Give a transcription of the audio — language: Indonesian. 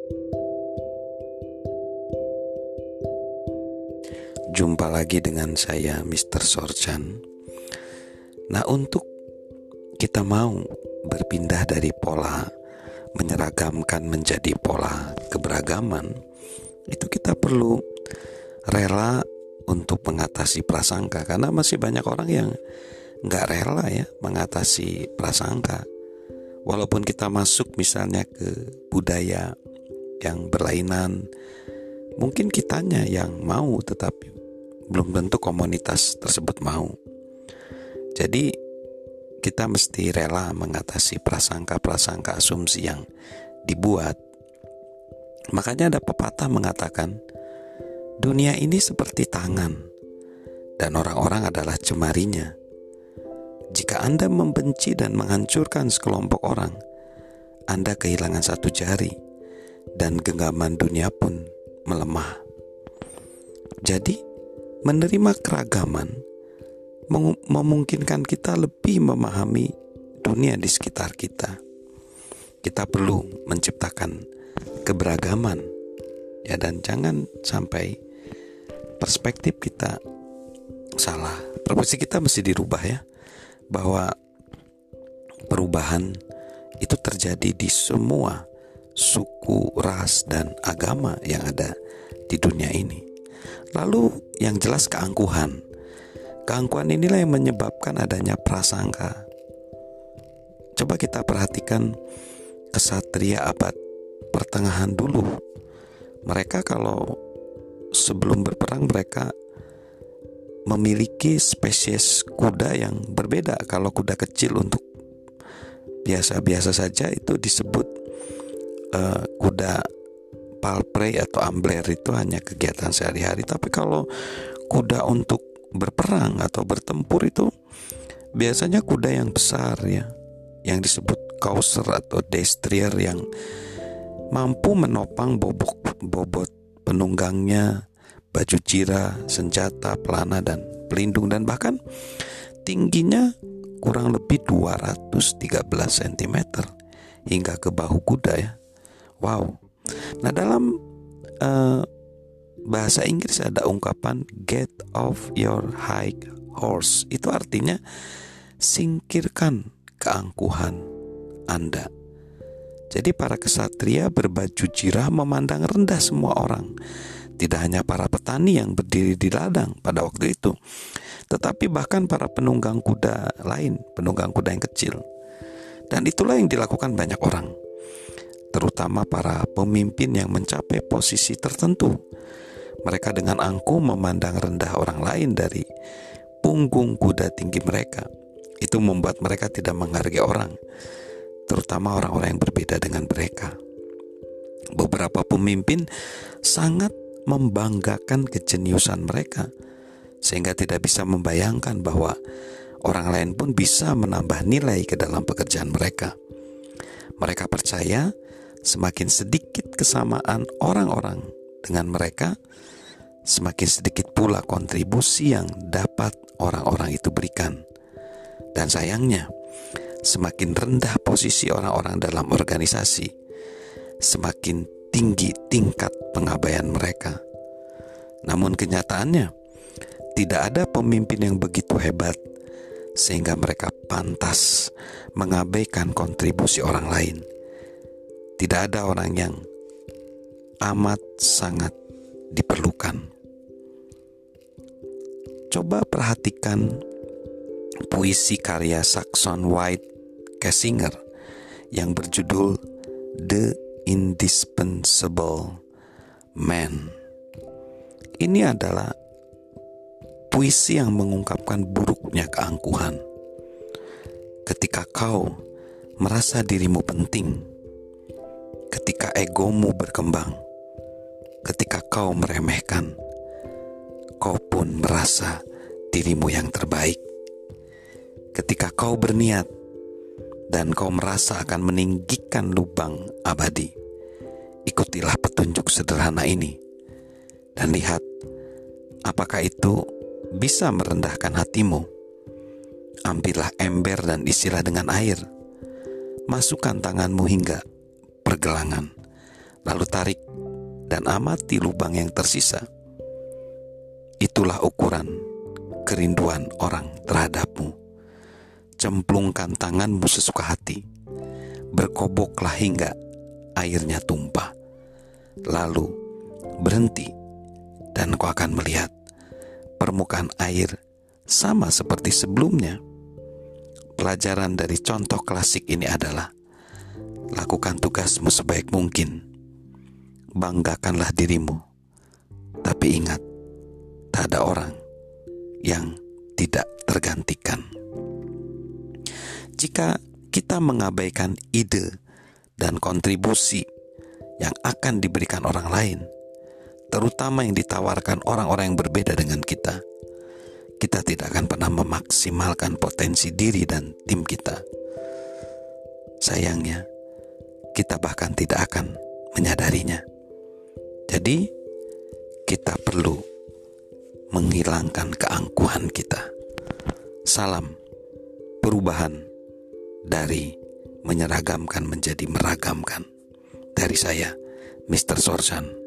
Jumpa lagi dengan saya, Mr. Sorchan. Nah, untuk kita mau berpindah dari pola menyeragamkan menjadi pola keberagaman, itu kita perlu rela untuk mengatasi prasangka. Karena masih banyak orang yang gak rela ya mengatasi prasangka. Walaupun kita masuk misalnya ke budaya yang berlainan, mungkin kitanya yang mau, tetapi belum tentu komunitas tersebut mau. Jadi kita mesti rela mengatasi prasangka-prasangka asumsi yang dibuat. Makanya ada pepatah mengatakan, dunia ini seperti tangan dan orang-orang adalah jemarinya. Jika Anda membenci dan menghancurkan sekelompok orang, Anda kehilangan satu jari dan genggaman dunia pun melemah. Jadi menerima keragaman memungkinkan kita lebih memahami dunia di sekitar kita. Kita perlu menciptakan keberagaman ya, dan jangan sampai perspektif kita salah. Perspektif kita mesti dirubah ya, bahwa perubahan itu terjadi di semua suku, ras, dan agama yang ada di dunia ini. Lalu yang jelas keangkuhan. Keangkuhan inilah yang menyebabkan adanya prasangka. Coba kita perhatikan kesatria abad pertengahan dulu. Mereka kalau sebelum berperang, mereka memiliki spesies kuda yang berbeda. Kalau kuda kecil untuk biasa-biasa saja itu disebut kuda palprey atau ambler, itu hanya kegiatan sehari-hari. Tapi kalau kuda untuk berperang atau bertempur itu biasanya kuda yang besar ya, yang disebut courser atau destrier, yang mampu menopang bobot penunggangnya, baju jira, senjata, pelana, dan pelindung, dan bahkan tingginya kurang lebih 213 cm hingga ke bahu kuda ya. Wow. Nah, dalam bahasa Inggris ada ungkapan get off your high horse. Itu artinya singkirkan keangkuhan Anda. Jadi para kesatria berbaju jirah memandang rendah semua orang. Tidak hanya para petani yang berdiri di ladang pada waktu itu, tetapi bahkan para penunggang kuda lain, penunggang kuda yang kecil. Dan itulah yang dilakukan banyak orang, terutama para pemimpin yang mencapai posisi tertentu. Mereka dengan angkuh memandang rendah orang lain dari punggung kuda tinggi mereka. Itu membuat mereka tidak menghargai orang, terutama orang-orang yang berbeda dengan mereka. Beberapa pemimpin sangat membanggakan kejeniusan mereka, sehingga tidak bisa membayangkan bahwa orang lain pun bisa menambah nilai ke dalam pekerjaan mereka. Mereka percaya semakin sedikit kesamaan orang-orang dengan mereka, semakin sedikit pula kontribusi yang dapat orang-orang itu berikan. Dan sayangnya, semakin rendah posisi orang-orang dalam organisasi, semakin tinggi tingkat pengabaian mereka. Namun kenyataannya, tidak ada pemimpin yang begitu hebat sehingga mereka pantas mengabaikan kontribusi orang lain. Tidak ada orang yang amat sangat diperlukan. Coba perhatikan puisi karya Saxon White Kessinger yang berjudul The Indispensable Man. Ini adalah puisi yang mengungkapkan buruknya keangkuhan. Ketika kau merasa dirimu penting, ketika egomu berkembang, ketika kau meremehkan, kau pun merasa dirimu yang terbaik. Ketika kau berniat dan kau merasa akan meninggikan lubang abadi, ikutilah petunjuk sederhana ini dan lihat apakah itu bisa merendahkan hatimu. Ambillah ember dan isilah dengan air. Masukkan tanganmu hingga pergelangan, lalu tarik dan amati lubang yang tersisa. Itulah ukuran kerinduan orang terhadapmu. Cemplungkan tanganmu sesuka hati, berkoboklah hingga airnya tumpah. Lalu berhenti dan kau akan melihat permukaan air sama seperti sebelumnya. Pelajaran dari contoh klasik ini adalah lakukan tugasmu sebaik mungkin. Banggakanlah dirimu, tapi ingat, tak ada orang yang tidak tergantikan. Jika kita mengabaikan ide dan kontribusi yang akan diberikan orang lain, terutama yang ditawarkan orang-orang yang berbeda dengan kita, kita tidak akan pernah memaksimalkan potensi diri dan tim kita. Sayangnya, kita bahkan tidak akan menyadarinya. Jadi, kita perlu menghilangkan keangkuhan kita. Salam perubahan dari menyeragamkan menjadi meragamkan. Dari saya, Mr. Sorsan.